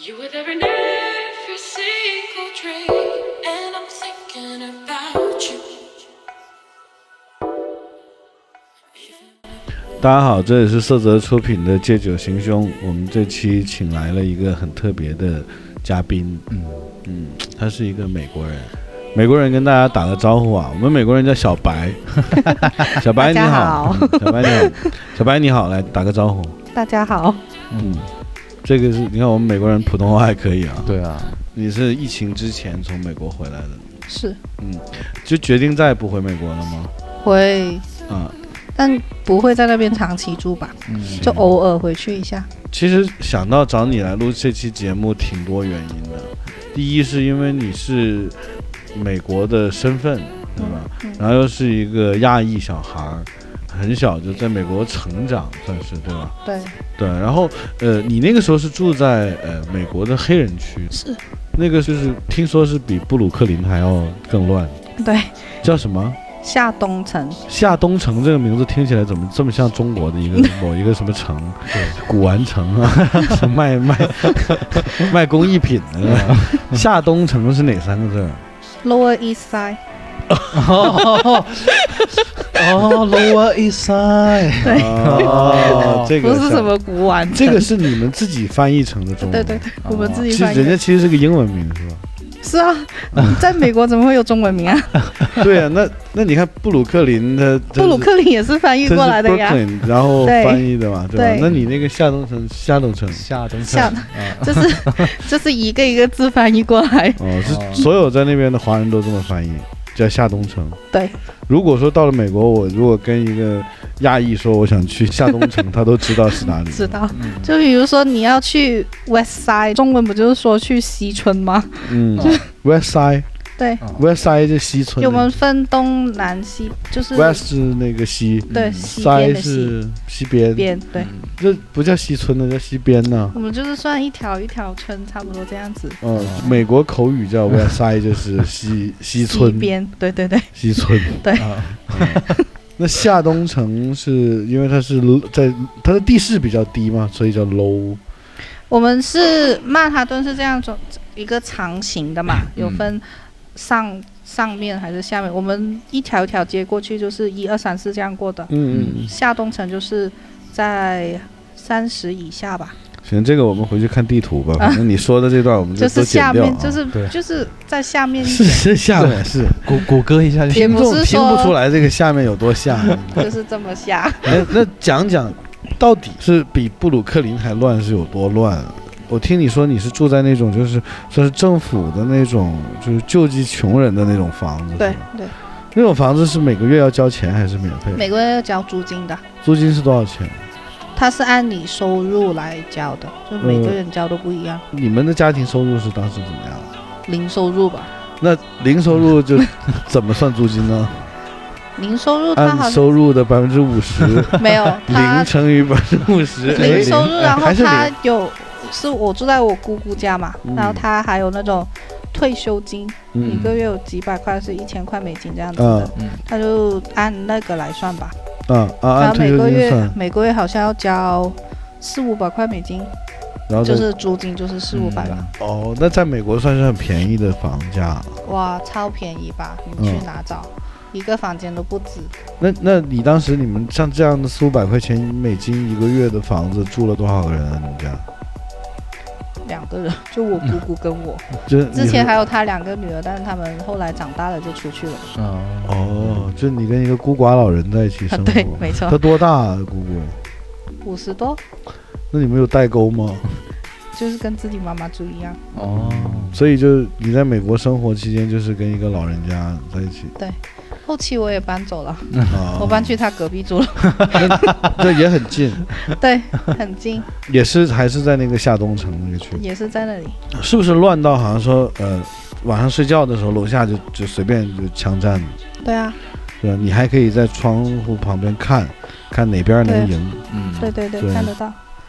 You were there in every single dream, and I'm thinking about you. 大家好，这里是色泽出品的借酒行凶。我们这期请来了一个很特别的嘉宾，他是一个美国人。美国人跟大家打个招呼啊，我们美国人叫小白。小白你好，小白你好，小白你好，来打个招呼。 大家好。 这个是你看我们美国人普通话还可以啊。 对啊， 你是疫情之前从美国回来的？ 是。 就决定再也不回美国了吗？ 会。但不会在那边长期住吧？就偶尔回去一下。 其实想到找你来录这期节目，挺多原因的。第一是因为你是美国的身份，对吧？然后又是一个亚裔小孩，很小就在美国成长，算是对吧？对。然后你那个时候是住在美国的黑人区， 是那个就是听说是比布鲁克林还要更乱。 对。 叫什么？ 下东城。 下东城这个名字听起来怎么这么像中国的某一个什么城？对，古玩城啊，卖工艺品的。下东城是哪三个字 ？Lower East Side。 Lower East Side。 对。 这个不是什么古玩城， 这个是你们自己翻译成的中文。 对，我们自己翻译。 人家其实是个英文名，是吧？ 是啊，在美国怎么会有中文名啊？ 对啊，那你看布鲁克林的， 布鲁克林也是翻译过来的呀， 然后翻译的嘛，对吧？那你那个下东城， 就是一个一个字翻译过来。 是所有在那边的华人都这么翻译，叫下东城。 对。 如果说到了美国，我如果跟一个亚裔说我想去下东城，他都知道是哪里。 知道。就比如说你要去 West Side， 中文不就是说去西村吗 ？West Side。对 ，West Side 就西村。 我们分东南西，就是 West 是那个西， 对，西边的是西边。 对。 这不叫西村的，叫西边呢。 我们就是算一条一条村，差不多这样子。 美国口语叫 West Side， 就是西村。 西边，对。 西村。 对。 那下东城是因为它是在它的地势比较低嘛，所以叫 low。 我们是曼哈顿是这样种一个长形的嘛，有分上面还是下面，我们一条一条街过去就是1、2、3、4这样过的。下东城就是在30以下吧。 行，这个我们回去看地图吧。反正你说的这段我们就就是下面，就是在下面。 是下面是谷歌一下， 听众听不出来这个下面有多下。 就是这么下。 那讲讲，到底是比布鲁克林还乱是有多乱？我听你说你是住在那种就是算是政府的那种就是救济穷人的那种房子。 对。 那种房子是每个月要交钱还是免费？ 每个月要交租金的。 租金是多少钱？ 它是按你收入来交的，就每个人交都不一样。 你们的家庭收入是当时怎么样？ 零收入吧。那零收入就怎么算租金呢？ 零收入它好像按收入的50%。 没有 ，0乘以50%。 零收入，然后它是我住在我姑姑家嘛，然后它还有那种退休金，一个月有几百块，是1000块美金这样子的，他就按那个来算吧。 按退休金算。 每个月好像要交400-500块美金，然后就是租金就是400-500吧。 那在美国算是很便宜的房价。 哇，超便宜吧？你去哪找？一个房间都不止。 那你当时你们像这样的400-500块钱美金一个月的房子住了多少个人啊？你们家 ？2个人，就我姑姑跟我。之前还有他2个女儿，但是他们后来长大了就出去了。 就你跟一个孤寡老人在一起生活。 对，没错。 他多大啊，姑姑？50多。 那你们有代沟吗？ 就是跟自己妈妈住一样。 所以就你在美国生活期间，就是跟一个老人家在一起。 对。后期我也搬走了，我搬去他隔壁住了。 这也很近。 对，很近。 也是还是在那个下东城那个区。 也是在那里。是不是乱到好像说晚上睡觉的时候楼下就随便就枪战？ 对啊。 对吧？你还可以在窗户旁边看哪边能赢。 对，看得到。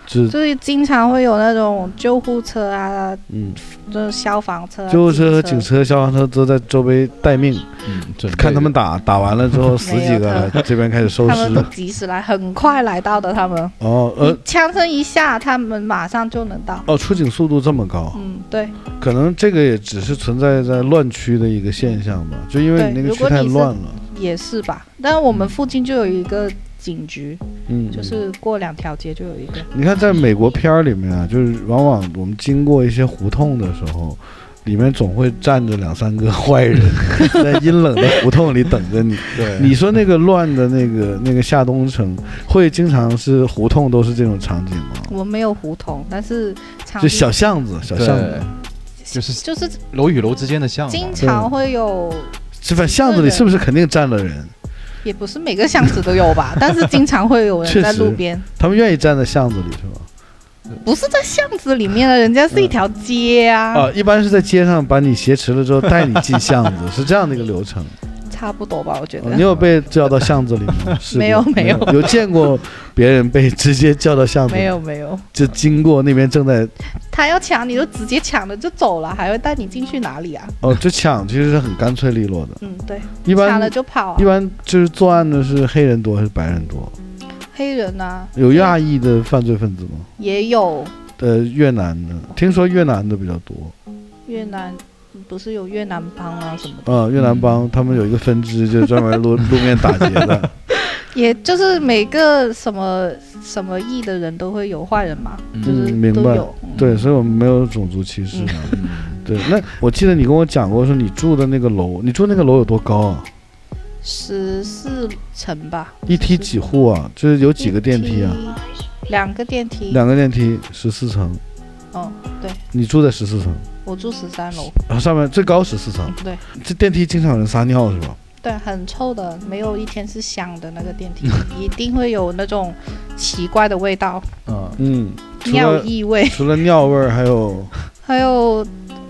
所以经常会有那种救护车啊，就是消防车、 救护车和警车、消防车都在周围待命，看他们打完了之后十几个了，这边开始收尸， 他们都及时来，很快来到的。他们你枪声一下，他们马上就能到。 出警速度这么高？ 对。 可能这个也只是存在在乱区的一个现象吧，就因为你那个区太乱了。也是吧？但是我们附近就有一个警局，就是过2条街就有一个。 你看，在美国片里面啊，就是往往我们经过一些胡同的时候，里面总会站着2、3个坏人，在阴冷的胡同里等着你。对，你说那个乱的那个下东城，会经常是胡同都是这种场景吗？ 我没有胡同，但是就小巷子， 就是楼与楼之间的巷子， 经常会有。 反正巷子里是不是肯定站了人？ 也不是每个巷子都有吧，但是经常会有人在路边。 他们愿意站在巷子里是吧？ 不是在巷子里面的，人家是一条街啊。 一般是在街上把你挟持了之后带你进巷子，是这样的一个流程。 差不多吧，我觉得。 你有被叫到巷子里吗？ 没有。 有见过别人被直接叫到巷子里？ 没有。 就经过那边正在， 他要抢你就直接抢了就走了，还会带你进去哪里啊？ 就抢其实是很干脆利落的。 对。 一般抢了就跑。 一般就是作案的是黑人多还是白人多？ 黑人啊。 有亚裔的犯罪分子吗？ 也有。 越南的，听说越南的比较多。 越南。不是有越南帮啊什么的？ 越南帮他们有一个分支，就专门路面打劫的。 也就是每个什么裔的人都会有坏人嘛，就是都有。 对，所以我们没有种族歧视嘛。对，那我记得你跟我讲过，说你住的那个楼，你住那个楼有多高啊 ？14层吧。 一梯几户啊？就是有几个电梯啊 ？2个电梯。 2个电梯，14层。 对。 你住在14层？ 我住13楼， 上面最高14层。 对， 这电梯经常有人撒尿是吧？ 对，很臭的，没有一天是香的那个电梯，一定会有那种奇怪的味道。尿异味。除了尿味还有，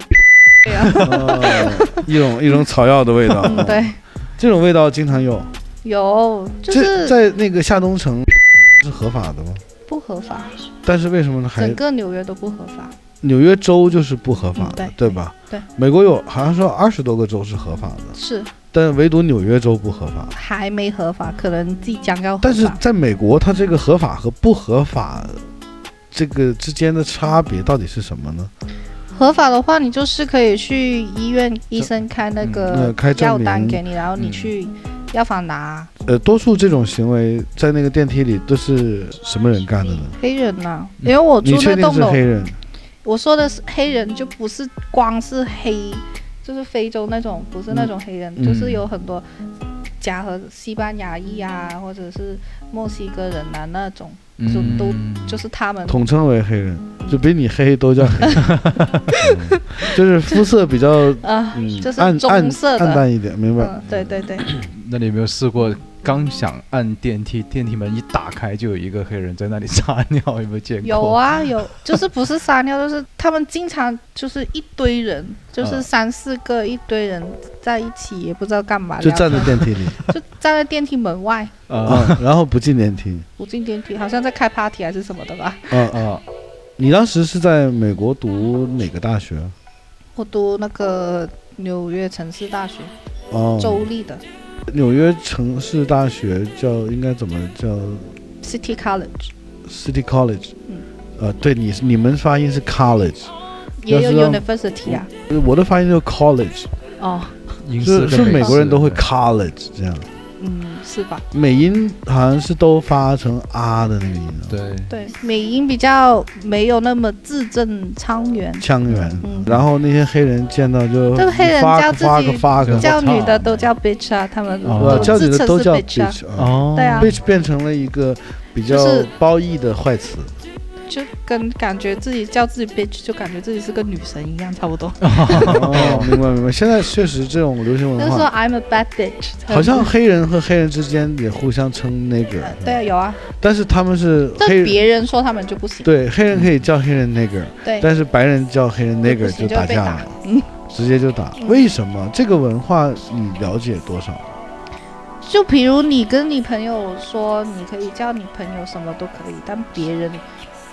一种草药的味道。 对， 这种味道经常有。 就是在那个下东城是合法的吗？ 不合法。 但是为什么呢？ 整个纽约都不合法。 纽约州就是不合法的，对吧？ 对。 美国有好像说20多个州是合法的， 是， 但唯独纽约州不合法， 还没合法，可能即将要合法。 但是在美国，它这个合法和不合法这个之间的差别到底是什么呢？ 合法的话，你就是可以去医院，医生开那个药单给你，然后你去药房拿。 多数这种行为在那个电梯里都是什么人干的呢？ 黑人啊，因为我住那栋楼。你确定是黑人？ 我说的是黑人，就不是光是黑，就是非洲那种，不是那种黑人，就是有很多加和西班牙裔啊，或者是墨西哥人啊那种，就是他们统称为黑人，就比你黑都叫黑人，就是肤色比较就是棕色的暗淡一点，明白？ 对。 那你有没有试过？刚想按电梯，电梯门一打开，就有一个黑人在那里撒尿，有没有见过？ 有啊，就是不是撒尿，就是他们经常就是一堆人，就是3、4个一堆人在一起，也不知道干嘛， 就站在电梯里， 就站在电梯门外然后不进电梯， 好像在开 party 还是什么的吧？ 你当时是在美国读哪个大学？ 我读那个纽约城市大学，州立的。 纽约城市大学应该怎么叫 ？City College。对，你们发音是 college， 也有 university 啊。 我的发音就 college。是美国人都会 college 这样。 是吧？ 美音好像是都发成啊的那个音。 对，美音比较没有那么字正腔圆。然后那些黑人见到就黑人叫自己叫女的都叫 bitch 啊，他们叫女的都叫 bitch 啊。对啊 ，bitch 变成了一个比较褒义的坏词。 就跟感觉自己叫自己 bitch， 就感觉自己是个女神一样，差不多。 明白。现在确实这种流行文化。 就是说 I'm a bad bitch。 好像黑人和黑人之间也互相称 nigger。 对啊，有啊。 但是他们是但别人说他们就不行。 对，黑人可以叫黑人 nigger，但是白人叫黑人 nigger 就打架了，直接就打。为什么？这个文化你了解多少？ 就比如你跟你朋友说，你可以叫你朋友什么都可以，但别人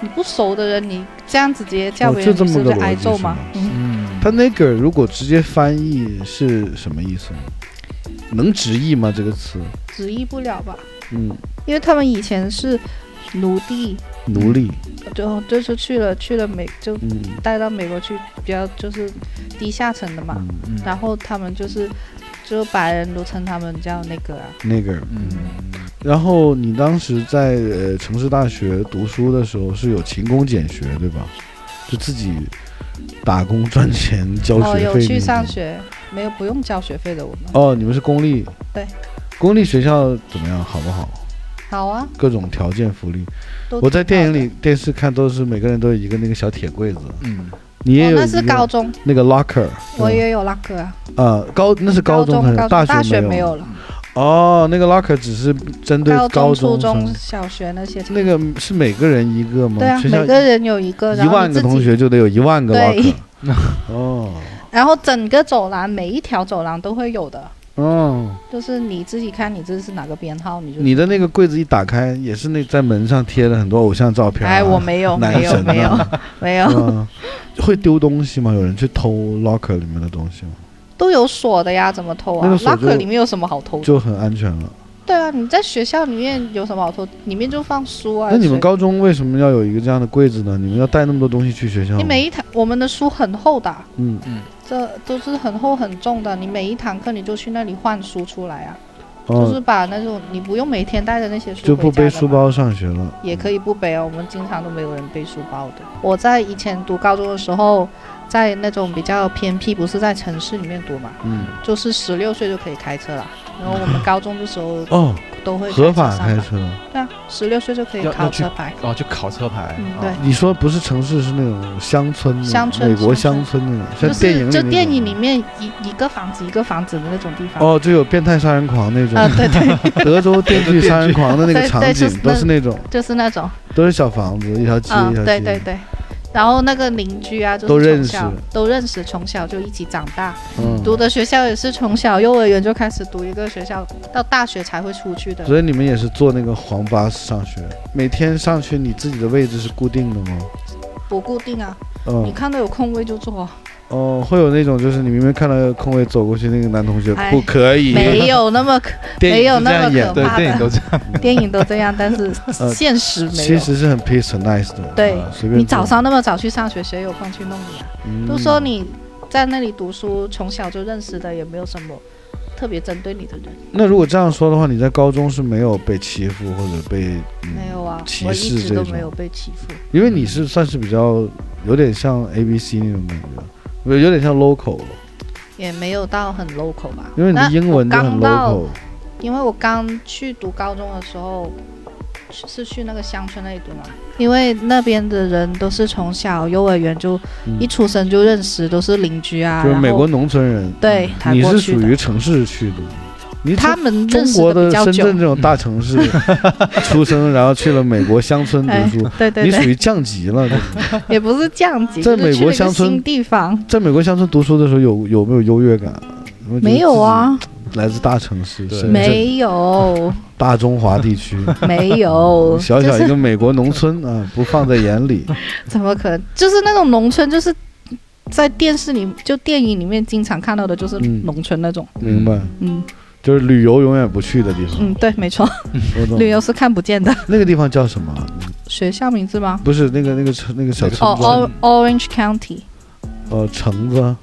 你不熟的人，你这样子直接叫别人就这么个女士就挨逻辑是揍吗吗？ 嗯， 他那个如果直接翻译是什么意思？能直译吗？这个词？ 直译不了吧？ 嗯， 因为他们以前是奴隶， 奴隶。 就是去了就嗯带到美国去，比较就是低下层的嘛。然后他们就白人都称他们叫那个啊。 那个。然后你当时在城市大学读书的时候是有勤工俭学对吧？就自己打工赚钱交学费。 有去上学，没有不用交学费的我们。 你们是公立？ 对。 公立学校怎么样？好不好？ 好啊， 各种条件福利。我在电影里、电视看都是每个人都有一个那个小铁柜子。你也有那是高中那个 locker。 我也有 locker 啊。 那是高中还是大学没有了。 那个 locker 只是针对高中、 初中小学那些。 那个是每个人一个吗？ 对啊，每个人有一个。 1万个同学就得有1万个 locker。 然后整个走廊每一条走廊都会有的。就是你自己看你这是哪个编号， 你的那个柜子一打开，也是在门上贴了很多偶像照片。 我没有，没有。 会丢东西吗？有人去偷 locker 里面的东西吗？ 都有锁的呀，怎么偷啊？ locker 里面有什么好偷的？ 就很安全了。 对啊，你在学校里面有什么好偷？里面就放书啊。 那你们高中为什么要有一个这样的柜子呢？你们要带那么多东西去学校？ 你每一堂我们的书很厚的。这都是很厚很重的，你每一堂课你就去那里换书出来啊。就是把那种你不用每天带着那些书就不背书包上学了。 也可以不背哦，我们经常都没有人背书包的。我在以前读高中的时候，在那种比较偏僻，不是在城市里面读嘛，就是16岁就可以开车了。然后我们高中的时候都会合法开车。 对啊，16岁就可以考车牌。 就考车牌。 对。 你说不是城市，是那种乡村，美国乡村那种，像电影里。 就电影里面一个房子一个房子的那种地方。 就有变态杀人狂那种。 对。 德州电锯杀人狂的那个场景都是那种。 就是那种。 都是小房子，一条街一条街。 对。然后那个邻居啊，就是都认识，从小就一起长大。读的学校也是从小幼儿园就开始读一个学校，到大学才会出去的。 所以你们也是坐那个黄巴士上学？每天上去你自己的位置是固定的吗？ 不固定啊，你看到有空位就坐。 会有那种就是你明明看到空位走过去，那个男同学不可以。 没有那么可怕的。 对，电影都这样。 电影都这样，但是现实没有。 其实是很 peace and nice 的。 对，你早上那么早去上学，谁有空去弄你啊？都说你在那里读书，从小就认识的，也没有什么特别针对你的人。 那如果这样说的话，你在高中是没有被欺负或者被没有啊， 歧视我一直都没有被欺负。 因为你是算是比较有点像 ABC 那种感觉。有点像 local 了， 也没有到很 local 吧。 因为你的英文就很 local。 因为我刚去读高中的时候，是去那个乡村那里读嘛。因为那边的人都是从小幼儿园就一出生就认识，都是邻居啊。 就是美国农村人。 对， 你是属于城市去的。 他们认识中国的深圳这种大城市出生，然后去了美国乡村读书， 对， 你属于降级了。 也不是降级， 在美国乡村新地方， 在美国乡村读书的时候有没有优越感？ 没有啊， 来自大城市， 没有， 大中华地区没有， 小小一个美国农村啊，不放在眼里。 怎么可能？就是那种农村，就是在电视里就电影里面经常看到的，就是农村那种。 明白。就是旅游永远不去的地方。 对，没错。旅游是看不见的。 那个地方叫什么？ 学校名字吗？ 不是，那个小村子。 Orange County。 橙子。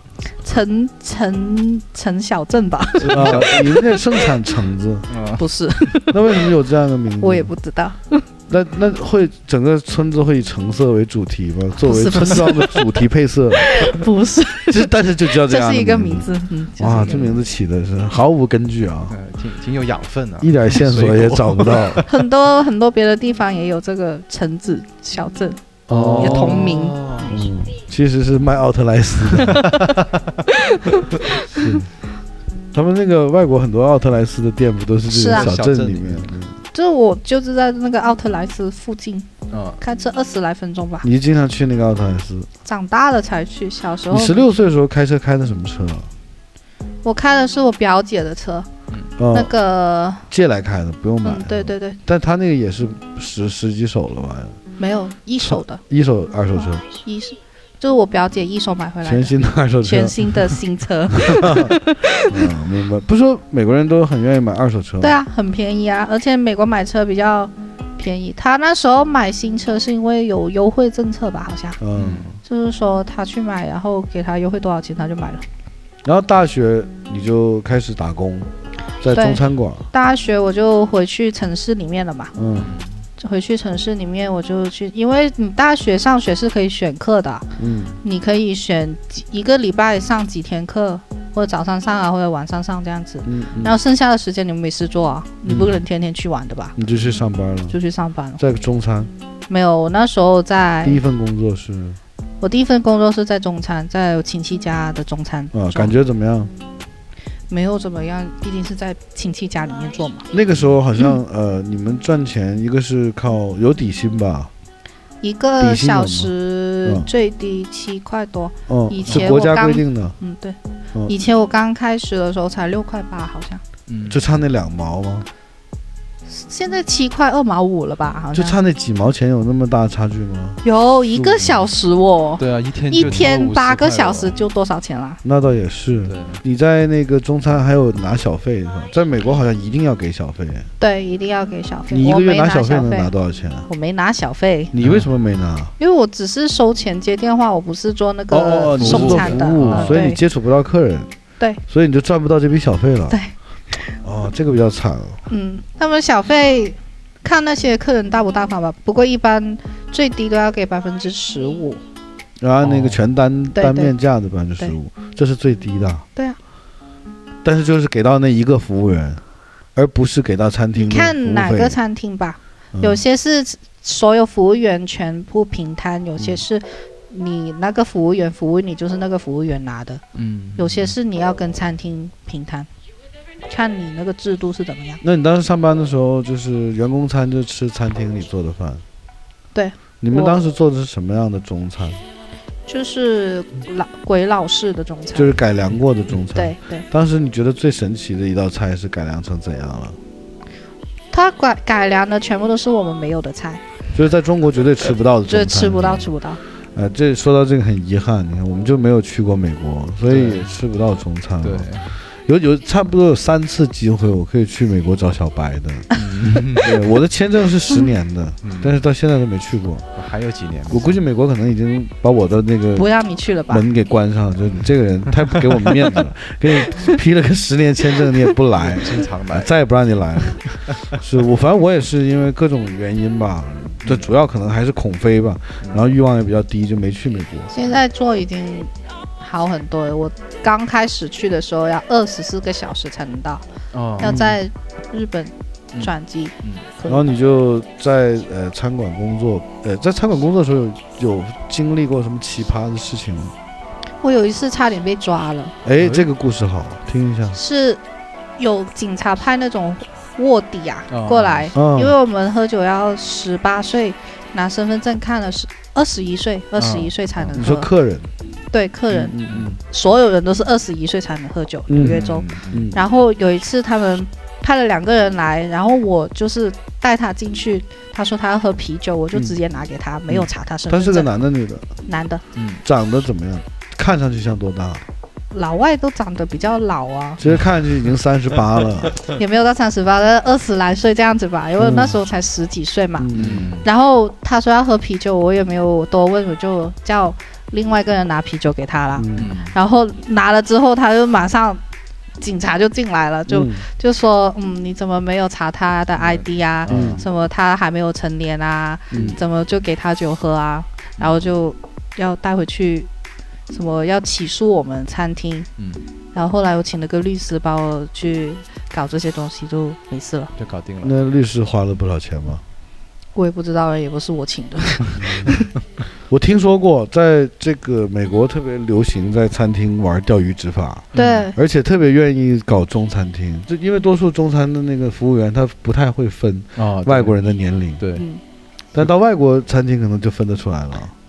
橙小镇吧。 你们那盛产橙子？ 不是。 那为什么有这样的名字？ 我也不知道。 那会整个村子会以橙色为主题吗？作为村庄的主题配色？ 不是， 但是就叫这样。 这是一个名字。 哇，这名字起的是毫无根据啊！ 挺有养分的， 一点线索也找不到。 很多别的地方也有这个橙子小镇，也同名。 其实是卖奥特莱斯的。是，他们那个外国很多奥特莱斯的店不都是这个小镇里面？ 就是我就是在那个奥特莱斯附近，开车20来分钟吧。 你经常去那个奥特莱斯？ 长大了才去，小时候。 你16岁的时候开车开的什么车啊？ 我开的是我表姐的车，那个借来开的，不用买。 对。 但他那个也是十几手了吧？ 没有一手的， 一手二手车， 就是我表姐一手买回来的， 全新的二手车， 全新的新车。 明白。不是说美国人都很愿意买二手车吗？ 对啊，很便宜啊，而且美国买车比较便宜。他那时候买新车是因为有优惠政策吧，好像，就是说他去买，然后给他优惠多少钱他就买了。 然后大学你就开始打工，在中餐馆。 大学我就回去城市里面了嘛，回去城市里面我就去，因为你大学上学是可以选课的，你可以选一个礼拜上几天课，或者早上上啊，或者晚上上这样子，然后剩下的时间你们没事做啊，你不可能天天去玩的吧？ 你就去上班了？就去上班了。 在中餐？ 没有，我那时候在第一份工作是？ 我第一份工作是在中餐，在我亲戚家的中餐。 感觉怎么样？ 没有怎么样，毕竟是在亲戚家里面做嘛。 那个时候好像你们赚钱一个是靠有底薪吧？ 一个小时最低7块多。以前是国家规定的。 对。以前我刚开始的时候才6块8，好像。 就差那2毛吗？ 现在7块2毛5了吧？好像就差那几毛钱，有那么大差距吗？ 有1个小时哦。 对啊， 一天8个小时就多少钱啦？ 那倒也是。你在那个中餐还有拿小费是吧？在美国好像一定要给小费。 对，一定要给小费。 你一个月拿小费能拿多少钱？ 我没拿小费。 你为什么没拿？ 因为我只是收钱接电话，我不是做那个送餐的， 所以你接触不到客人。 对。 所以你就赚不到这笔小费了。 对。 这个比较惨。 他们小费看那些客人大不大方吧，不过一般最低都要给15%， 然后那个全单面价的15%，这是最低的。 对啊。 但是就是给到那一个服务员，而不是给到餐厅的服务费。 看哪个餐厅吧，有些是所有服务员全部平摊，有些是你那个服务员服务你就是那个服务员拿的，有些是你要跟餐厅平摊。看你那个制度是怎么样。 那你当时上班的时候，就是员工餐就吃餐厅里做的饭？ 对。 你们当时做的是什么样的中餐？ 就是鬼佬式的中餐， 就是改良过的中餐。 对。 当时你觉得最神奇的一道菜是改良成怎样了？ 它改良的全部都是我们没有的菜， 就是在中国绝对吃不到的中餐。 吃不到。 这说到这个很遗憾，你看我们就没有去过美国，所以也吃不到中餐。 对。 有差不多有3次机会，我可以去美国找小白的。对，我的签证是10年的，但是到现在都没去过。 还有几年？ 我估计美国可能已经把我的那个不让你去了吧门给关上，就你这个人太不给我们面子了，给你批了个10年签证你也不来， 经常来， 再也不让你来了。是我反正我也是因为各种原因吧，这主要可能还是恐飞吧，然后欲望也比较低，就没去美国。 现在做已经好很多了。我刚开始去的时候要24个小时才能到，要在日本转机。 然后你就在餐馆工作，在餐馆工作的时候有经历过什么奇葩的事情吗？ 我有一次差点被抓了。 这个故事好，听一下。 是有警察派那种卧底过来，因为我们喝酒要18岁，拿身份证看了是21岁才能喝。 你说客人？ 对，客人，所有人都是21岁才能喝酒，纽约州。然后有一次他们派了2个人来，然后我就是带他进去，他说他要喝啤酒，我就直接拿给他，没有查他身份证。 他是个男的女的？男的。长得怎么样？看上去像多大？ 老外都长得比较老啊， 其实看上去已经38了， 也没有到38，但20来岁这样子吧，因为那时候才10几岁嘛。然后他说要喝啤酒，我也没有多问，我就叫另外一个人拿啤酒给他了。然后拿了之后，他就马上警察就进来了，就说你怎么没有查他的 ID 啊？什么他还没有成年啊？怎么就给他酒喝啊？然后就要带回去。什么要起诉我们餐厅，然后后来我请了个律师帮我去搞这些东西，就没事了， 就搞定了。 那律师花了不少钱吗？ 我也不知道，也不是我请的。 我听说过，在这个美国特别流行在餐厅玩钓鱼执法， 对， 而且特别愿意搞中餐厅，就因为多数中餐的那个服务员他不太会分外国人的年龄， 对， 但到外国餐厅可能就分得出来了。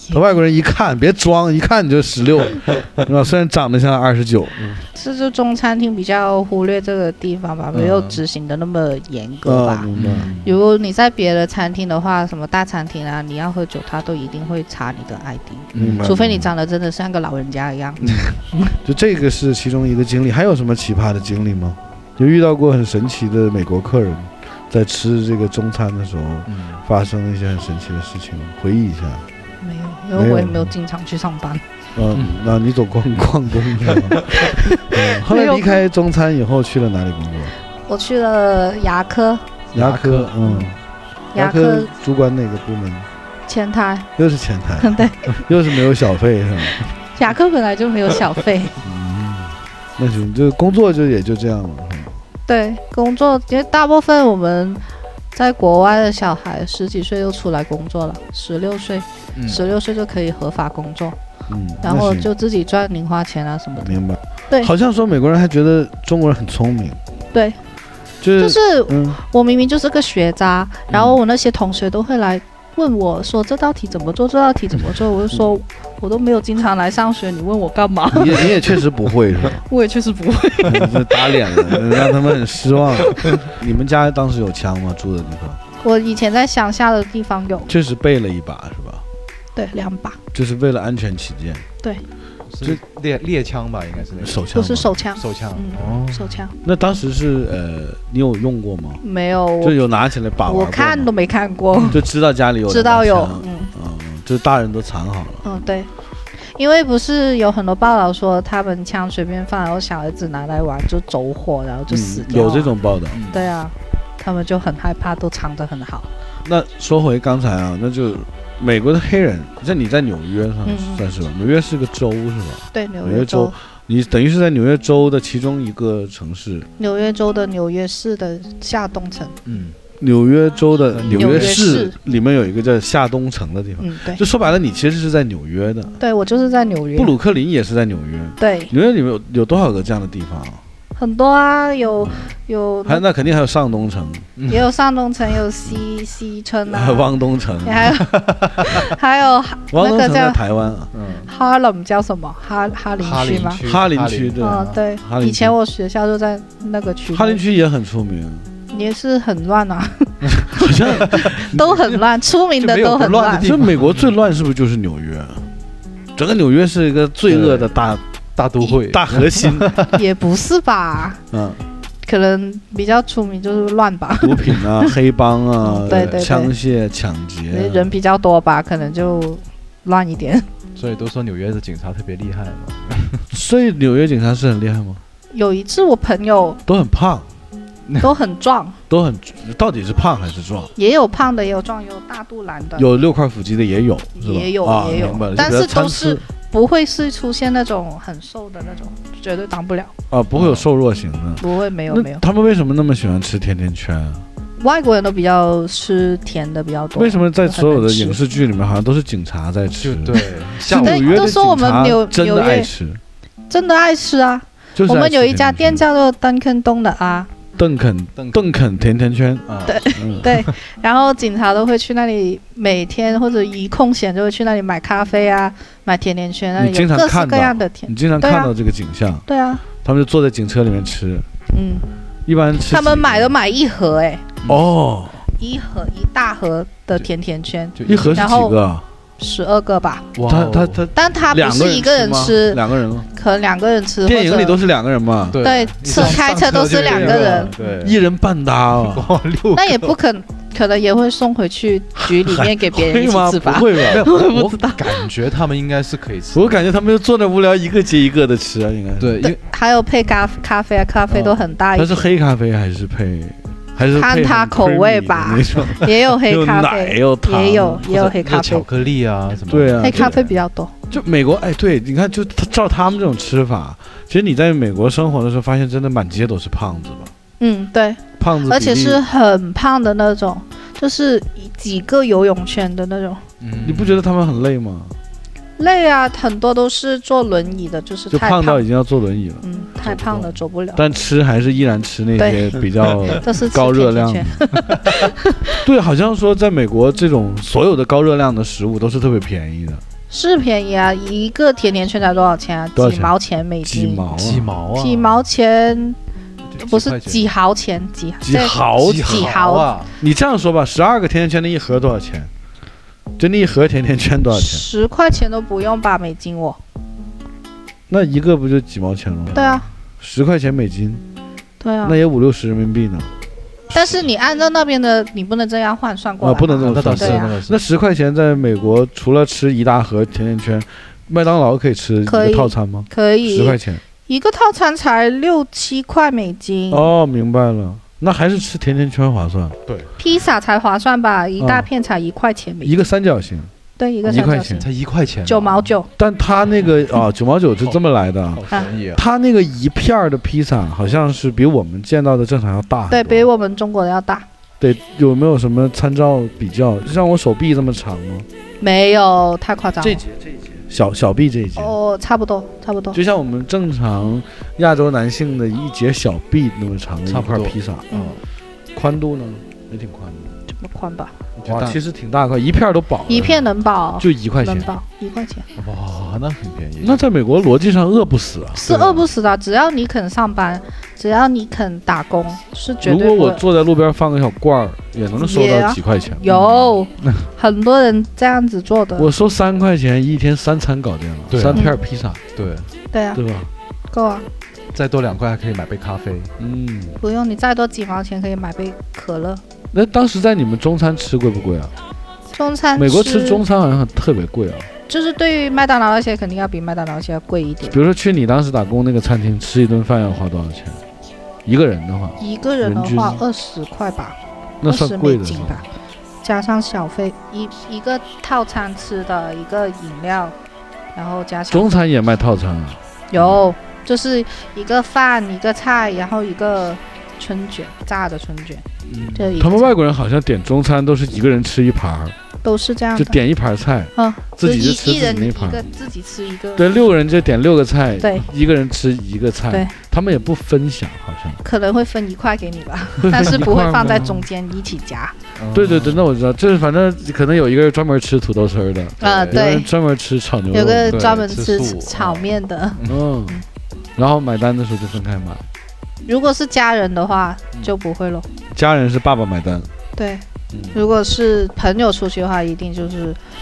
外国人一看别装，一看你就16，是吧？虽然长得像29。 这就中餐厅比较忽略这个地方吧，没有执行的那么严格吧。 明白。 如果你在别的餐厅的话，什么大餐厅啊，你要喝酒，他都一定会查你的 ID， 明白。 除非你长得真的像个老人家一样。 就这个是其中一个经历，还有什么奇葩的经历吗？就遇到过很神奇的美国客人，在吃这个中餐的时候，发生了一些很神奇的事情，回忆一下。 没有，因为我也没有经常去上班。 那你走逛工是吗？后来离开中餐以后去了哪里工作？ 我去了牙科。 牙科，牙科主管哪个部门？ 前台。 又是前台。 对。 又是没有小费是吗？ 牙科本来就没有小费。 那行，就工作就也就这样了。 对，工作因为大部分我们在国外的小孩10几岁就出来工作了，16岁就可以合法工作。然后就自己赚零花钱啊什么的。明白。对， 好像说美国人还觉得中国人很聪明。 对，就是我明明就是个学渣，然后我那些同学都会来问我说这道题怎么做，这道题怎么做，我就说我都没有经常来上学，你问我干嘛？ 你也确实不会是吧？ 我也确实不会。 就打脸了，让他们很失望。你们家当时有枪吗？住的地方？ 我以前在乡下的地方有。 确实备了一把是吧？ 对，2把。 就是为了安全起见。 对。 是猎枪吧，应该是那个手枪。 不是手枪。 手枪。 手枪。 那当时是你有用过吗？ 没有。 就有拿起来把玩过吗？ 我看都没看过。 就知道家里有。 知道有。 就是大人都藏好了。 对。因为不是有很多报道说他们枪随便放，然后小孩子拿来玩就走火，然后就死掉。 有这种报道。 对啊，他们就很害怕，都藏得很好。 那说回刚才啊，那就美国的黑人，像你在纽约上算是吧？纽约是个州是吧？ 对，纽约州。 你等于是在纽约州的其中一个城市。 纽约州的纽约市的下东城。 纽约州的纽约市里面有一个叫下东城的地方。对。就说白了，你其实是在纽约的。 对，我就是在纽约。 布鲁克林也是在纽约。对。纽约里面有多少个这样的地方？ 很多啊，有。 那肯定还有上东城。 也有上东城，有西村啊。 汪东城。 还有汪东城在台湾啊。 哈林叫什么？哈林区吗？ 哈林区对。 对。以前我学校就在那个区。 哈林区也很出名。 也是很乱啊， 好像都很乱，出名的都很乱。 就美国最乱是不是就是纽约？整个纽约是一个罪恶的大都会、大核心。 也不是吧？可能比较出名就是乱吧。毒品啊，黑帮啊， 对， 枪械、抢劫， 人比较多吧，可能就乱一点。 所以都说纽约的警察特别厉害嘛。 所以纽约警察是很厉害吗？ 有一次我朋友都很胖。 都很壮， 到底是胖还是壮？ 也有胖的，也有壮，有大肚腩的， 有6块腹肌的也有， 也有，但是都是不会是出现那种很瘦的那种，绝对当不了啊，不会有瘦弱型的， 不会，没有。 他们为什么那么喜欢吃甜甜圈啊？ 外国人都比较吃甜的比较多。 为什么在所有的影视剧里面，好像都是警察在吃？ 对， 像纽约的警察真的爱吃， 真的爱吃啊！我们有一家店叫做邓肯东的啊。 邓肯甜甜圈啊， 对，然后警察都会去那里，每天或者一空闲就会去那里买咖啡啊，买甜甜圈，那里有各式各样的甜。 你经常看到这个景象？ 对啊， 他们就坐在警车里面吃。一般吃。 他们买1盒哎。 哦。 一大盒的甜甜圈。 一盒是几个 ？12个吧。但他不是一个人吃 ，2个人吗？ 可能2个人吃。 电影里都是2个人嘛。 对，开车都是2个人， 对，一人半搭啊。 那也不可能也会送回去局里面给别人一起吃吧？ 不会吧？ 我不知道。 感觉他们应该是可以吃。 我感觉他们就坐那无聊，一个接一个的吃啊，应该。 对， 还有配咖啡啊，咖啡都很大一。 它是黑咖啡还是配？ 看它口味吧，也有黑咖啡， 有糖， 也有黑咖啡， 巧克力啊什么。 对啊， 黑咖啡比较多。 就美国，对，你看，就照他们这种吃法，其实你在美国生活的时候，发现真的满街都是胖子吧？ 对， 胖子， 而且是很胖的那种，就是几个游泳圈的那种。 你不觉得他们很累吗？ 累啊，很多都是坐轮椅的，就胖到已经要坐轮椅了。 太胖了，走不了。 但吃还是依然吃那些比较高热量的。对，好像说在美国这种所有的高热量的食物都是特别便宜的。 是便宜啊，一个甜甜圈才多少钱啊？ 多少钱几毛钱美金？ 几毛啊？ 几毛啊？ 几毛钱？不是块钱几毫钱？几几毫几几毫啊？ 你这样说吧，12个甜甜圈那一盒多少钱？就那一盒甜甜圈多少钱？ 10块钱都不用吧，美金我。 那一个不就几毛钱了吗？ 对啊， 10块钱美金， 对啊那。也50-60人民币呢。 但是你按照那边的，你不能这样换算过来、 不能这么那倒是， 对啊那倒是那10块钱在美国除了吃一大盒甜甜圈，麦当劳可以吃一可以个套餐吗可以 ？10块钱。 一个套餐才6-7块美金， 哦，明白了，那还是吃甜甜圈划算。 披萨才划算吧？一大片才1块钱美金， 一个三角形， 对，一个 1块钱三角形才1块钱啊， 9毛9。 但它那个9毛9是这么来的。 好便宜啊！ 它那个一片儿的披萨好像是比我们见到的正常要大很多。 对比我们中国的要大。 对，有没有什么参照比较？像我手臂这么长吗？ 没有，太夸张了。 这一节小臂这一节， 哦，差不多，差不多。 就像我们正常亚洲男性的一节小臂那么长的一差不多块披萨， 嗯， 宽度呢也挺宽的。 这么宽吧？ 哇，其实挺大块，一片儿都饱了。 一片能饱， 就1块钱能。饱1块钱， 哇，那很便宜。 那在美国逻辑上饿不死啊。 是饿不死的。只要你肯上班，只要你肯打工，是绝如果我对不会。 坐在路边放个小罐儿，也能收到几块钱。 有很多人这样子做的。 我收3块钱，一天3餐搞定了， 对啊 3片披萨， 对， 对啊， 对吧？ 够啊， 再多2块还可以买杯咖啡。 嗯， 不用你再多几毛钱可以买杯可乐。 那当时在你们中餐吃贵不贵啊？ 中餐美国吃中餐好像特别贵啊。 就是对于麦当劳那些肯定要比麦当劳那些要贵一点。 比如说去你当时打工那个餐厅吃一顿饭要花多少钱？一个人的话， 一个人的话人 20块吧， 那算 20 贵的是吧。 美金吧，加上小费，一个套餐吃的一个饮料，然后加上中餐也卖套餐啊？ 有，就是一个饭一个菜，然后一个春卷，炸的春卷，这一个他们外国人好像点中餐都是一个人吃一盘儿， 都是这样的。 就点一盘菜， 嗯， 自己就吃自一人一己那盘个，自己吃一个。 对，6个人就点6个菜， 对， 一个人吃一个菜， 对， 他们也不分享，好像。 可能会分1块给你吧， 会分但是不一块吗会放在中间一起夹。 对对对，那我知道，就是反正可能有一个人专门吃土豆丝儿的，有对人，专门吃炒牛肉有的， 个专门吃吃素炒面的。 嗯，然后买单的时候就分开买， 如果是家人的话就不会咯。 家人是爸爸买单。 对， 嗯， 如果是朋友出去的话，一定就是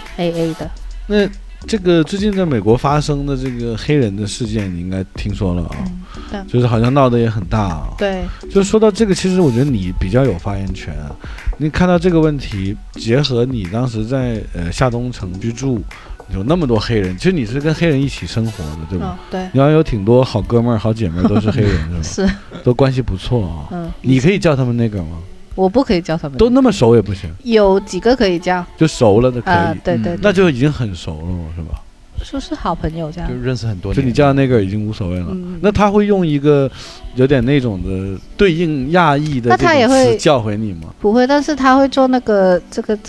AA 的。 那这个最近在美国发生的这个黑人的事件，你应该听说了啊， 对就是好像闹得也很大啊。 对， 就说到这个，其实我觉得你比较有发言权啊。你看到这个问题，结合你当时在下东城居住，有那么多黑人，其实你是跟黑人一起生活的，对吧？ 对， 你要有挺多好哥们儿、好姐妹儿都是黑人，是吧？ 是， 都关系不错啊。 嗯， 你可以叫他们那个吗？ 我不可以叫他们， 都那么熟也不行， 有几个可以叫就熟了的可以， 对对， 那就已经很熟了，是吧？ 就是好朋友这样就。认识很多年。 就你叫那个已经无所谓了。 嗯那他会用一个有点那种的对应亚裔的那这种他也会词叫回你吗？ 不会，但是他会做那个这个，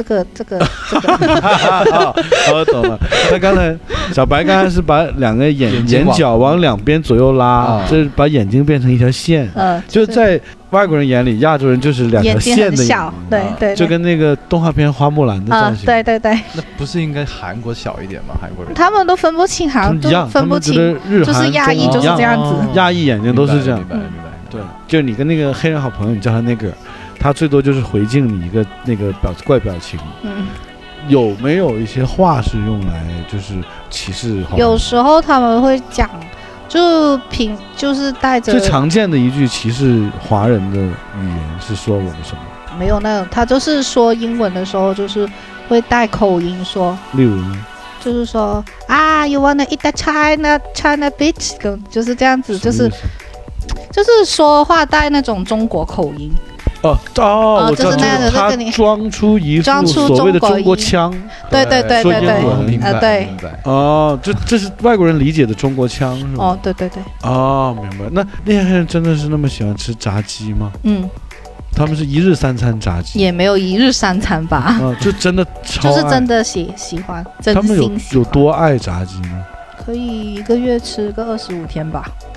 我懂了。那刚才小白刚才是把两个眼睛往角往两边左右拉， 啊这是把眼睛变成一条线。就在外国人眼里，亚洲人就是两条眼睛线的很小，对对， 就跟那个动画片《花木兰》的造型。 对对对， 那不是应该韩国小一点吗？韩国人他们都分不清，好像都他们一样， 分不清， 他们觉得日韩就是亚裔中就是这样子。 亚裔眼睛都是这样明。白明白。 对，就是你跟那个黑人好朋友，你叫他那个，他最多就是回敬你一个那个怪表情。有没有一些话是用来就是歧视华人？ 有时候他们会讲，就是带着最常见的一句歧视华人的语言是说我们什么？ 没有那种，他就是说英文的时候就是会带口音说， 例如呢？ 就是说啊 ，You wanna eat the China bitch，就是这样子，就是说话带那种中国口音。 我知道， 就是那样的他就跟你装出一副所谓的中国腔。 对对对对对， 明白对明白。 哦，这是外国人理解的中国腔是吗？ 哦，对对对， 哦，明白。那些黑人真的是那么喜欢吃炸鸡吗？他们是一日3餐炸鸡， 也没有一日3餐吧。 就真的超爱， 就是真的喜欢，真他们心喜欢。 有多爱炸鸡呢？ 可以1个月吃个25天吧。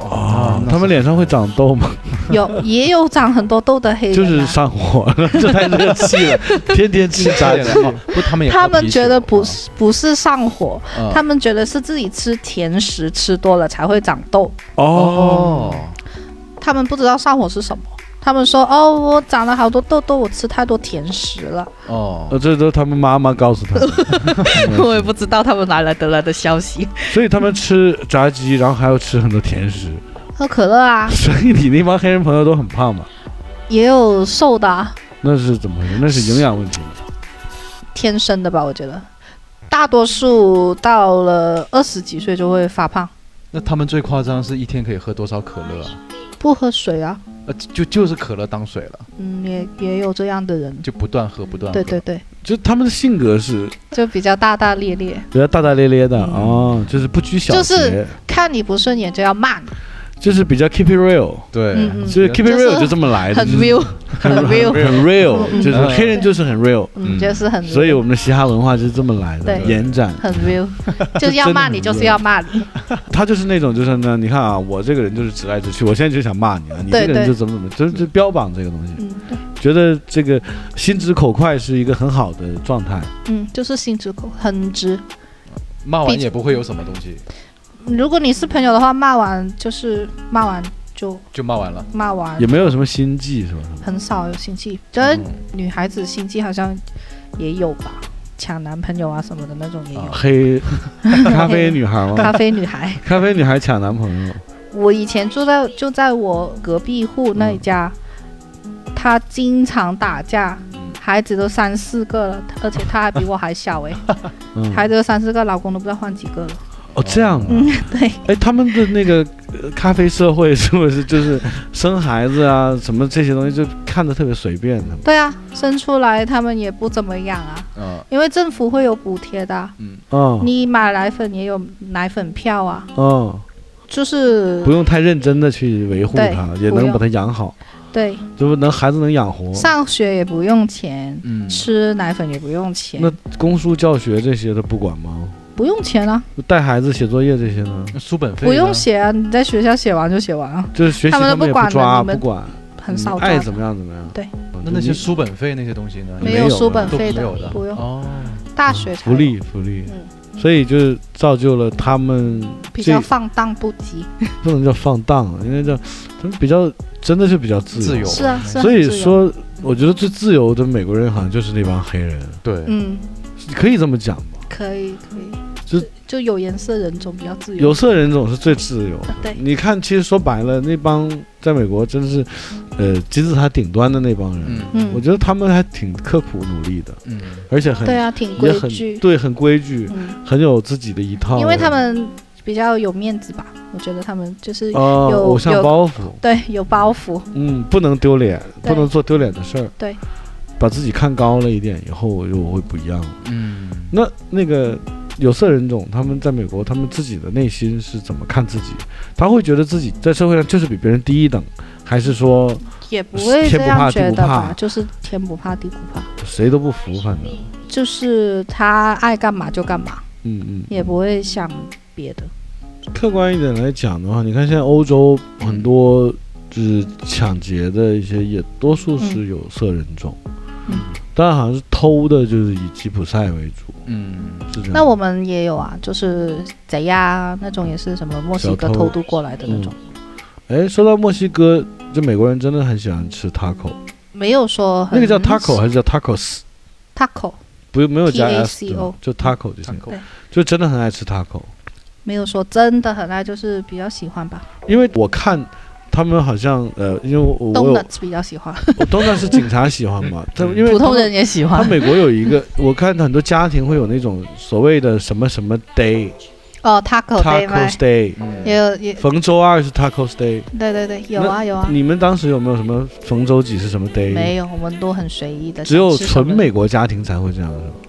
哦，他们脸上会长痘吗？ 也有长很多痘的黑人、啊， 就是上火了，这太热气了，天天吃炸鸡。 不，他们也他们觉得不不是上火，他们觉得是自己吃甜食吃多了才会长痘。 哦， 他们不知道上火是什么。他们说：“哦，我长了好多痘痘，我吃太多甜食了。” 哦， 这都他们妈妈告诉他们。 我也不知道他们哪来得来的消息。 所以他们吃炸鸡，然后还要吃很多甜食， 喝可乐啊。 所以你那帮黑人朋友都很胖嘛？ 也有瘦的、啊。 那是怎么回事？那是营养问题。 天生的吧，我觉得。大多数到了20几岁就会发胖。 那他们最夸张是一天可以喝多少可乐啊？ 不喝水啊。 就是可乐当水了。 也有这样的人， 就不断喝。 对， 就他们的性格是就比较大大咧咧， 比较大大咧咧的、哦，就是不拘小节， 就是看你不顺眼就要骂你， 就是比较 keep it real， 对， 就是 keep it real 就这么来的， 很 real， 很 real， 很 real，就是黑人就是很 real， 就是很 real， 所以我们的嘻哈文化就是这么来的， 对， 延展， 很 real， 就是要骂你就是要骂你。 他就是那种就是呢，你看啊，我这个人就是直来直去，我现在就想骂你啊，你这个人就怎么，就是标榜这个东西，觉得这个心直口快是一个很好的状态， 就是心直口很直， 骂完也不会有什么东西。 如果你是朋友的话，骂完就骂完了，骂完也没有什么心计是吧？ 很少有心计，觉得女孩子心计好像也有吧，抢男朋友啊什么的那种也有。 黑咖啡女孩吗？ 咖啡女孩， 咖啡女孩抢男朋友。 我以前就在我隔壁户那一家，他经常打架。孩子都3、4个了，而且他还比我还小孩子都3、4个，老公都不知道换几个了。 哦，这样的， 对。 哎，他们的那个咖啡社会是不是就是生孩子啊，什么这些东西就看得特别随便的？ 对啊，生出来他们也不怎么样啊，因为政府会有补贴的，你买奶粉也有奶粉票啊，就是不用太认真的去维护它，也能把它养好。 对， 就能孩子能养活， 上学也不用钱，吃奶粉也不用钱。 那供书教学这些的不管吗？ 不用钱啊。 带孩子写作业这些呢？ 书本费不用写啊，你在学校写完就写完啊。 就是学习他们也不抓，不管， 很少抓， 爱怎么样怎么样。 对。 那些书本费那些东西呢？ 没有书本费的，不用。大学才福利。所以就是造就了他们比较放荡不羁， 不能叫放荡，因为叫他们比较真的是比较自由， 是啊， 所以说我觉得最自由的美国人好像就是那帮黑人， 对， 可以这么讲吗？ 可以，就有颜色人种比较自由， 有色人种是最自由的。 对， 你看，其实说白了，那帮在美国真是，金字塔顶端的那帮人，我觉得他们还挺刻苦努力的，而且对啊，挺规矩， 对，很规矩，很有自己的一套， 因为他们比较有面子吧，我觉得他们就是有偶像包袱， 对，有包袱， 不能丢脸，不能做丢脸的事儿， 对， 把自己看高了一点，以后我就会不一样了，那个。有色人种，他们在美国，他们自己的内心是怎么看自己？他会觉得自己在社会上就是比别人低一等，还是说也不会这样觉得吧？就是天不怕地不怕， 谁都不服，反正就是他爱干嘛就干嘛，也不会想别的。 客观一点来讲的话，你看现在欧洲很多就是抢劫的一些，也多数是有色人种，当然好像是偷的，就是以吉普赛为主。是这样。 那我们也有啊，就是贼呀那种，也是什么墨西哥偷渡过来的那种。 说到墨西哥，就美国人真的很喜欢吃 taco。 没有说那个叫 taco 还是叫 tacos？taco 没有加 s， 就 taco 就行。就真的很爱吃 taco。没有说真的很爱，就是比较喜欢吧。 因为我看。他们好像因为我 Donuts 比较喜欢 ，Donuts 是警察喜欢嘛？因为普通人也喜欢。 他美国有一个，我看很多家庭会有那种所谓的什么什么 day， Taco Day， 也逢周二是 Taco Day。 对，有啊。 你们当时有没有什么逢周几是什么 day？ 没有，我们都很随意的。 只有纯美国家庭才会这样，是吧？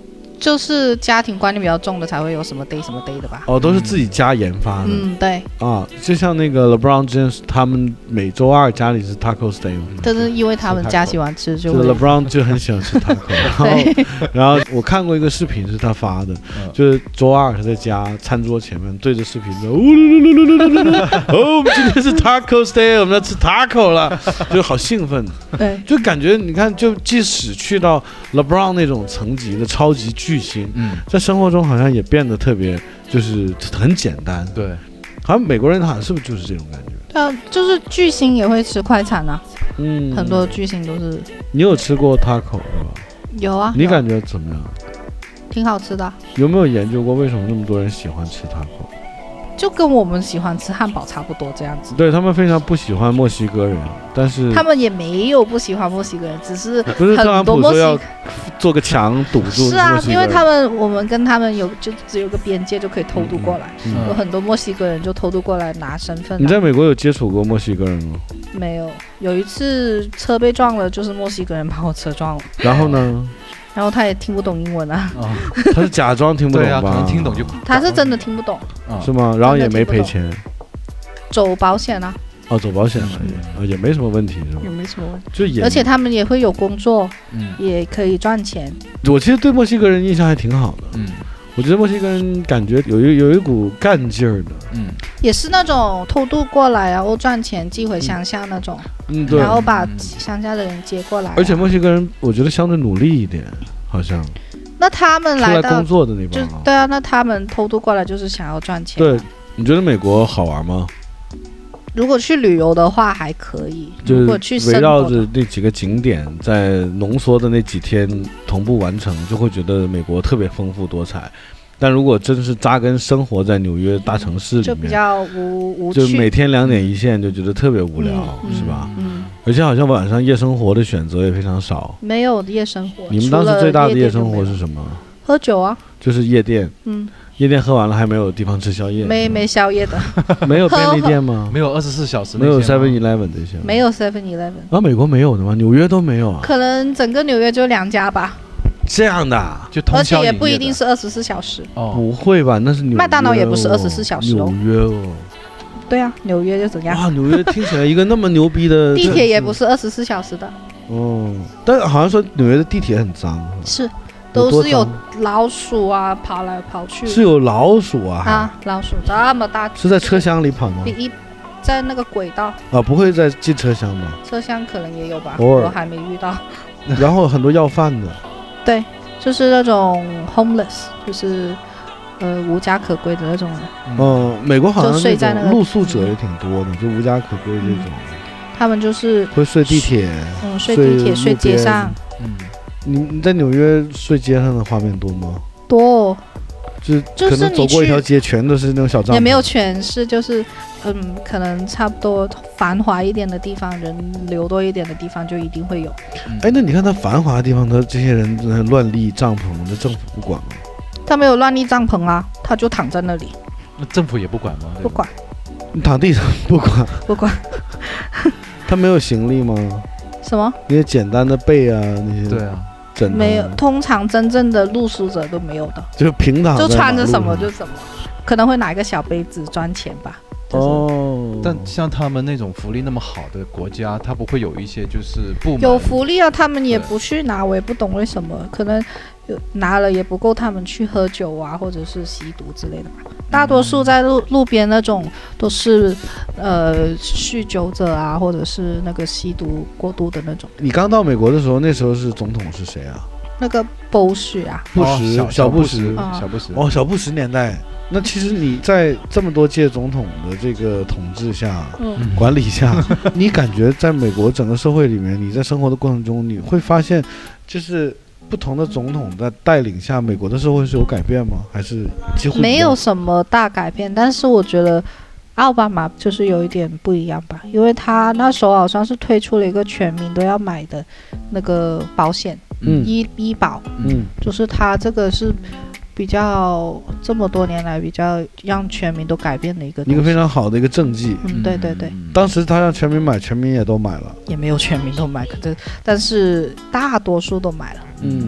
就是家庭观念比较重的才会有什么 day 什么 day 的吧。 哦，都是自己家研发的。 对啊，就像那个 LeBron James 他们每周二家里是 Taco Stay 嘛。 但是因为他们家喜欢吃，就是 LeBron 就很喜欢吃 taco， 然后我看过一个视频是他发的，就是周二他在家餐桌前面对着视频说，哦，我们今天是 Taco Stay， 我们要吃 taco 了，就好兴奋。 对， 就感觉你看，就即使去到 LeBron 那种层级的超级巨星，在生活中好像也变得特别，就是很简单。 对， 好像美国人好像是不是就是这种感觉？ 对啊，就是巨星也会吃快餐啊。很多巨星都是。 你有吃过 taco 对吧？ 有啊。 你感觉怎么样？ 挺好吃的。有没有研究过为什么那么多人喜欢吃 taco？ 就跟我们喜欢吃汉堡差不多这样子。 对，他们非常不喜欢墨西哥人，但是他们也没有不喜欢墨西哥人，只是不是特朗普说要做个墙堵住。 是啊，因为我们跟他们就只有个边界就可以偷渡过来，有很多墨西哥人就偷渡过来拿身份。 你在美国有接触过墨西哥人吗？ 没有，有一次车被撞了，就是墨西哥人把我车撞了。 然后呢？ 然后他也听不懂英文啊。 他是假装听不懂吧？ 可能听懂就。 他是真的听不懂。 是吗？然后也没赔钱。 走保险啊。 哦，走保险了也没什么问题是吧？ 也没什么问题。 就而且他们也会有工作，也可以赚钱。 我其实对墨西哥人印象还挺好的。我觉得墨西哥人感觉有一股干劲儿的。 也是那种偷渡过来然后赚钱寄回乡下那种。 对。 然后把乡下的人接过来。 而且墨西哥人我觉得相对努力一点，好像。 那他们来工作的那帮。 对啊，那他们偷渡过来就是想要赚钱。 对，你觉得美国好玩吗？ 如果去旅游的话还可以， 如果去围绕着那几个景点在浓缩的那几天同步完成，就会觉得美国特别丰富多彩。但如果真是扎根生活在纽约大城市里面， 就比较无趣， 就每天2点一线，就觉得特别无聊，是吧？而且好像晚上夜生活的选择也非常少。 没有夜生活。 你们当时最大的夜生活是什么？ 喝酒啊。 就是夜店。夜店喝完了还没有地方吃宵夜。 没宵夜的。 没有便利店吗？ 没有24小时。 没有 7-Eleven 这些。 没有 7-Eleven。 啊，美国没有的吗？纽约都没有啊？ 可能整个纽约就2家吧。 这样的， 就通宵营业的。 而且也不一定是24小时。 不会吧？那是纽约。 麦当劳也不是24小时哦。 纽约哦。 对啊，纽约就怎样？ 哇，纽约听起来一个那么牛逼的。 地铁也不是24小时的。 但好像说纽约的地铁很脏。 是。都是有老鼠啊，跑来跑去。 是有老鼠啊？ 老鼠这么大。 是在车厢里跑吗？ 在那个轨道。 不会在进车厢吗？ 车厢可能也有吧， 我还没遇到。 然后很多要饭的。 对，就是那种 homeless， 就是无家可归的那种人。 美国好像睡在那个露宿者也挺多的，就无家可归这种。 他们就是会睡地铁。 睡地铁，睡街上。 你在纽约睡街上的画面多吗？ 多， 就可能走过一条街全都是那种小帐篷。 也没有全是，就是可能差不多繁华一点的地方，人流多一点的地方就一定会有。 那你看他繁华的地方，他这些人乱立帐篷，那政府不管吗？ 他没有乱立帐篷啊，他就躺在那里。 那政府也不管吗？ 不管。 你躺地上不管？ 不管。 他没有行李吗？ 什么？ 那些简单的被啊，那些。 对啊。 没有，通常真正的露宿者都没有的， 就平躺， 就穿着什么就什么，可能会拿一个小杯子赚钱吧。 但像他们那种福利那么好的国家，他不会有一些就是部门有福利啊，他们也不去拿，我也不懂为什么，可能拿了也不够他们去喝酒啊，或者是吸毒之类的吧。大多数在路边那种都是酗酒者啊，或者是那个吸毒过度的那种。 你刚到美国的时候，那时候是总统是谁啊？ 那个布什啊， 小布什，小布什年代。那其实你在这么多届总统的这个统治下、管理下，你感觉在美国整个社会里面，你在生活的过程中，你会发现，就是不同的总统在带领下，美国的社会是有改变吗？还是几乎没有什么大改变？但是我觉得奥巴马就是有一点不一样吧，因为他那时候好像是推出了一个全民都要买的那个保险，医保，就是他这个是比较这么多年来比较让全民都改变的一个非常好的一个政绩。 对对对。 当时他让全民买，全民也都买了。 也没有全民都买，但是大多数都买了。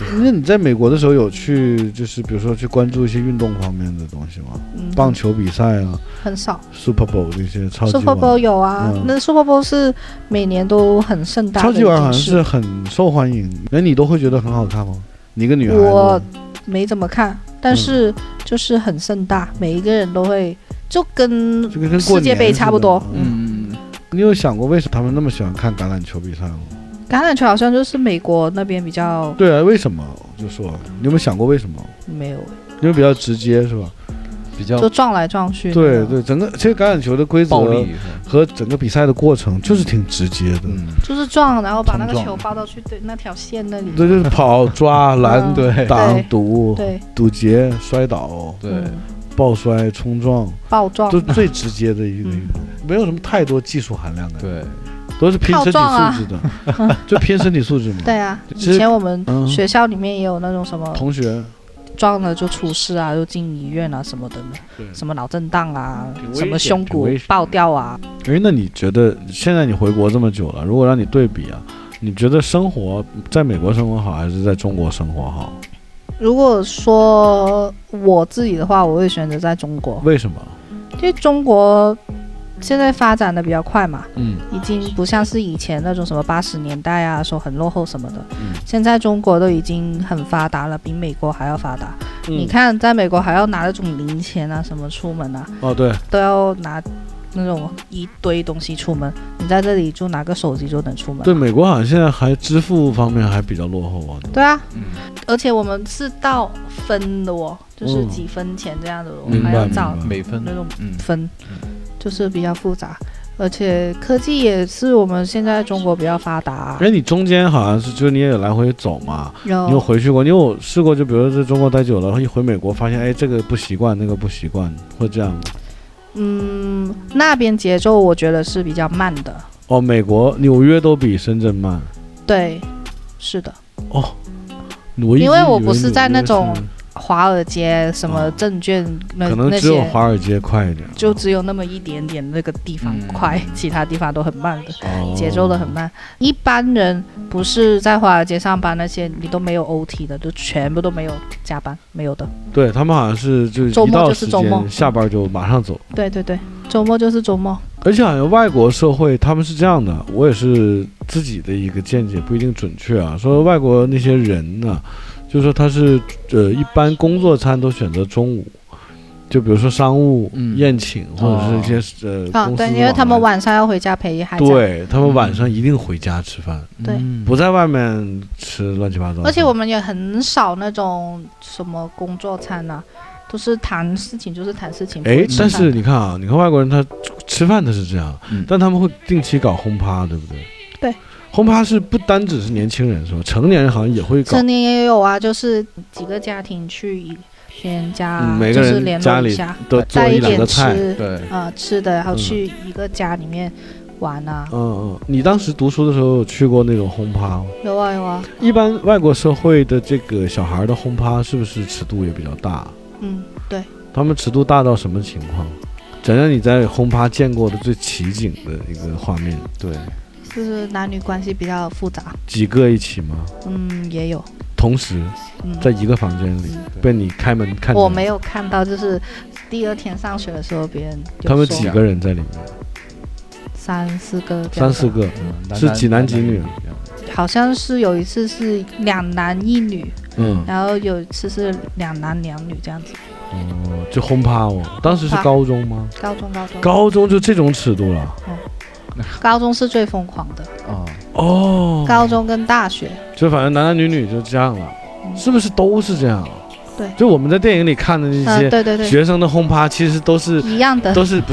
那你在美国的时候有去，就是比如说去关注一些运动方面的东西吗？棒球比赛啊， 很少。 Super Bowl 这些超级碗 Super Bowl 有啊，那 Super Bowl 是每年都很盛大的。 超级碗好像是很受欢迎，那你都会觉得很好看吗？你一个女孩子， 我没怎么看，但是就是很盛大，每一个人都会，就跟世界杯差不多。 你有想过为什么他们那么喜欢看橄榄球比赛吗？ 橄榄球好像就是美国那边比较。 对啊，为什么？就说你有没有想过为什么？ 没有， 因为比较直接是吧？ 比较就撞来撞去。 对对，整个其实橄榄球的规则和整个比赛的过程就是挺直接的， 就是撞，然后把那个球抱到去对那条线那里。 对，就是跑、抓、拦、挡、堵、堵截、摔倒， 对， 抱摔、冲撞、 爆撞， 都最直接的一个运动，没有什么太多技术含量的。 对。 都是拼身体素质的，就拼身体素质嘛。 对啊，以前我们学校里面也有那种什么同学撞了就出事啊，就进医院啊什么的呢，什么脑震荡啊，什么胸骨爆掉啊。 那你觉得现在你回国这么久了，如果让你对比啊，你觉得生活在美国生活好还是在中国生活好？ 如果说我自己的话，我会选择在中国。 为什么？ 因为中国现在发展的比较快嘛，已经不像是以前那种什么80年代啊，说很落后什么的。现在中国都已经很发达了，比美国还要发达。你看，在美国还要拿那种零钱啊，什么出门啊， 对， 都要拿那种一堆东西出门。你在这里就拿个手机就能出门。 对，美国好像现在还支付方面还比较落后啊。 对啊，而且我们是到分的哦，就是几分钱这样的，还要找每分那种分。就是比较复杂，而且科技也是我们现在中国比较发达。 你中间好像是，就你也有来回走嘛，你有回去过，你有试过，就比如说在中国待久了，然后一回美国发现，这个不习惯，那个不习惯，会这样吗？ 那边节奏我觉得是比较慢的。 美国纽约都比深圳慢。对， 是的。 因为我不是在那种华尔街什么证券可能只有华尔街快一点， 就只有那么一点点那个地方快，其他地方都很慢的，节奏都很慢。一般人不是在华尔街上班那些，你都没有 OT 的，就全部都没有加班，没有的。对， 他们好像是就一到时间下班就马上走。对对对，周末就是周末。而且好像外国社会他们是这样的，我也是自己的一个见解，不一定准确啊。说外国那些人呢，就是说他是一般工作餐都选择中午，就比如说商务宴请或者是一些公司对，因为他们晚上要回家陪孩子， 对他们晚上一定回家吃饭， 对， 不在外面吃乱七八糟。 而且我们也很少那种什么工作餐啊，都是谈事情就是谈事情。 但是你看啊，你看外国人他吃饭他是这样，但他们会定期搞轰趴，对不对？ 对。 轰趴是不单只是年轻人是吧？成年人好像也会搞。 成年也有啊，就是几个家庭去别人家， 每个人家里都做一两个菜， 对吃的，然后去一个家里面玩啊。 你当时读书的时候有去过那种轰趴吗？ 有啊有啊。 一般外国社会的这个小孩的轰趴是不是尺度也比较大？ 对。 他们尺度大到什么情况？讲讲你在轰趴见过的最奇景的一个画面。对。 就是男女关系比较复杂， 几个一起吗？ 也有， 同时，在一个房间里被你开门看。 我没有看到，就是第二天上学的时候，别人他们几个人在里面 ？3、4个。 3、4个，是几男几女？ 好像是有一次是2男1女，然后有一次是2男2女这样子。 就轰趴当时是高中吗？高中就这种尺度了。 高中是最疯狂的高中跟大学就反正男男女女就这样了，是不是都是这样？ 对， 就我们在电影里看的那些学生的轰趴，其实都是一样的， 都是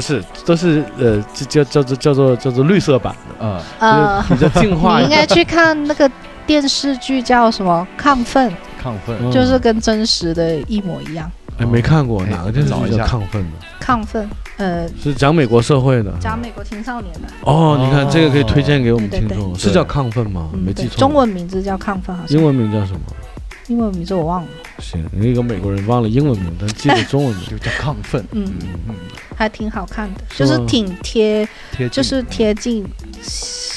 叫做绿色版的比较进化。 你应该去看那个电视剧叫什么《亢奋》，就是跟真实的一模一样。 没看过哪个电视剧叫亢奋的？ 亢奋， 是讲美国社会的， 讲美国青少年的。 你看这个可以推荐给我们听众，是叫亢奋吗？没记错。 中文名字叫亢奋，好像。 英文名叫什么？ 英文名字我忘了。 行，一个美国人忘了英文名，但记得中文名就叫亢奋。 还挺好看的，就是挺贴，就是贴近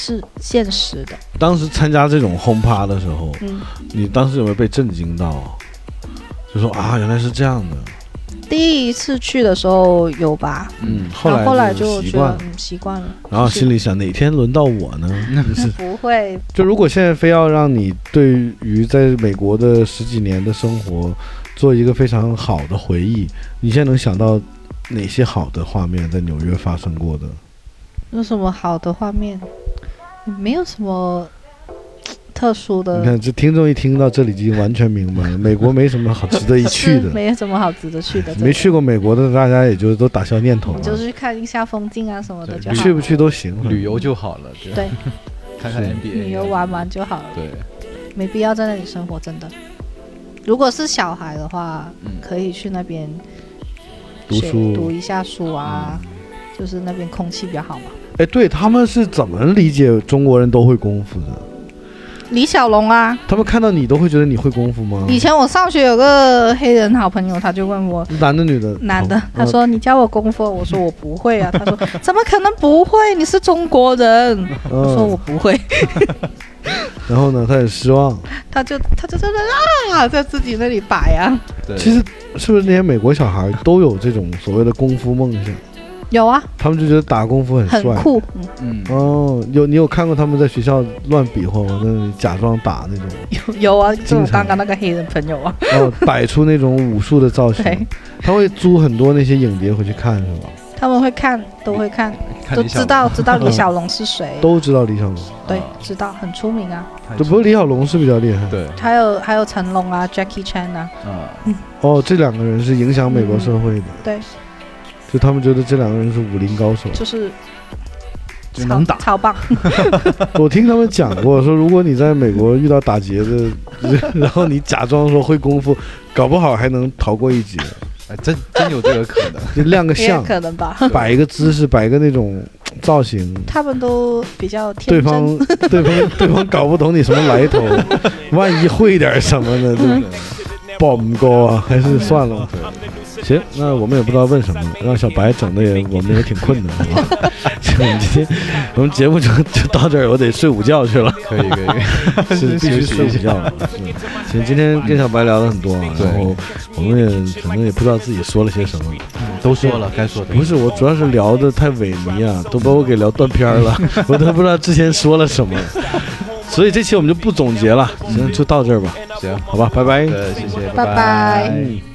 是现实的。 当时参加这种轰趴的时候， 嗯， 你当时有没有被震惊到？就说啊，原来是这样的。 第一次去的时候有吧，后来就觉得习惯了， 然后心里想哪天轮到我呢？就是不会。 就如果现在非要让你对于在美国的10几年的生活做一个非常好的回忆，你现在能想到哪些好的画面在纽约发生过的？ 有什么好的画面？没有什么特殊的。 你看，这听众一听到这里已经完全明白了，美国没什么好值得一去的， 没什么好值得去的。 没去过美国的大家也就都打消念头了， 你就是去看一下风景啊什么的就好了， 去不去都行， 旅游就好了。 对， 看看 NBA， 旅游玩就好了。 对， 没必要在那里生活，真的。如果是小孩的话，可以去那边读书， 读一下书啊，就是那边空气比较好嘛。 哎，对，他们是怎么理解中国人都会功夫的？ 李小龙啊， 他们看到你都会觉得你会功夫吗？ 以前我上学有个黑人好朋友，他就问我， 男的女的？ 男的，他说你教我功夫，我说我不会啊，他说怎么可能不会？你是中国人，我说我不会。 然后呢，他很失望， 他就在自己那里摆啊。 其实是不是那些美国小孩都有这种所谓的功夫梦想？ 有啊， 他们就觉得打功夫很帅， 很酷。 哦，你有看过他们在学校乱比划吗？那里假装打那种？ 有啊，就我刚刚那个黑人朋友啊。 摆出那种武术的造型。他会租很多那些影碟回去看，是吧？ 他们会看，都会看，都知道李小龙是谁， 都知道李小龙。 对，知道，很出名啊。 不过李小龙是比较厉害， 对。 还有成龙啊 ，Jackie Chan 啊。 这两个人是影响美国社会的。 对。 就他们觉得这两个人是武林高手， 就能打， 超棒。 我听他们讲过，说如果你在美国遇到打劫的，然后你假装说会功夫，搞不好还能逃过一劫。 真有这个可能， 就亮个相， 可能吧， 摆一个姿势，摆一个那种造型， 他们都比较天真。 对方搞不懂你什么来头，万一会点什么呢，就报不过啊，还是算了。行，那我们也不知道问什么，让小白整的我们也挺困的，好吧？我们节目就到这儿，我得睡午觉去了。 可以， 是必须睡午觉了。行，今天跟小白聊了很多啊，然后我们也可能也不知道自己说了些什么， 都说了该说的。 不是，我主要是聊的太萎靡啊，都把我给聊断片了，我都不知道之前说了什么。所以这期我们就不总结了，行，就到这儿吧。 行， 好吧，拜拜。 谢谢， 拜拜。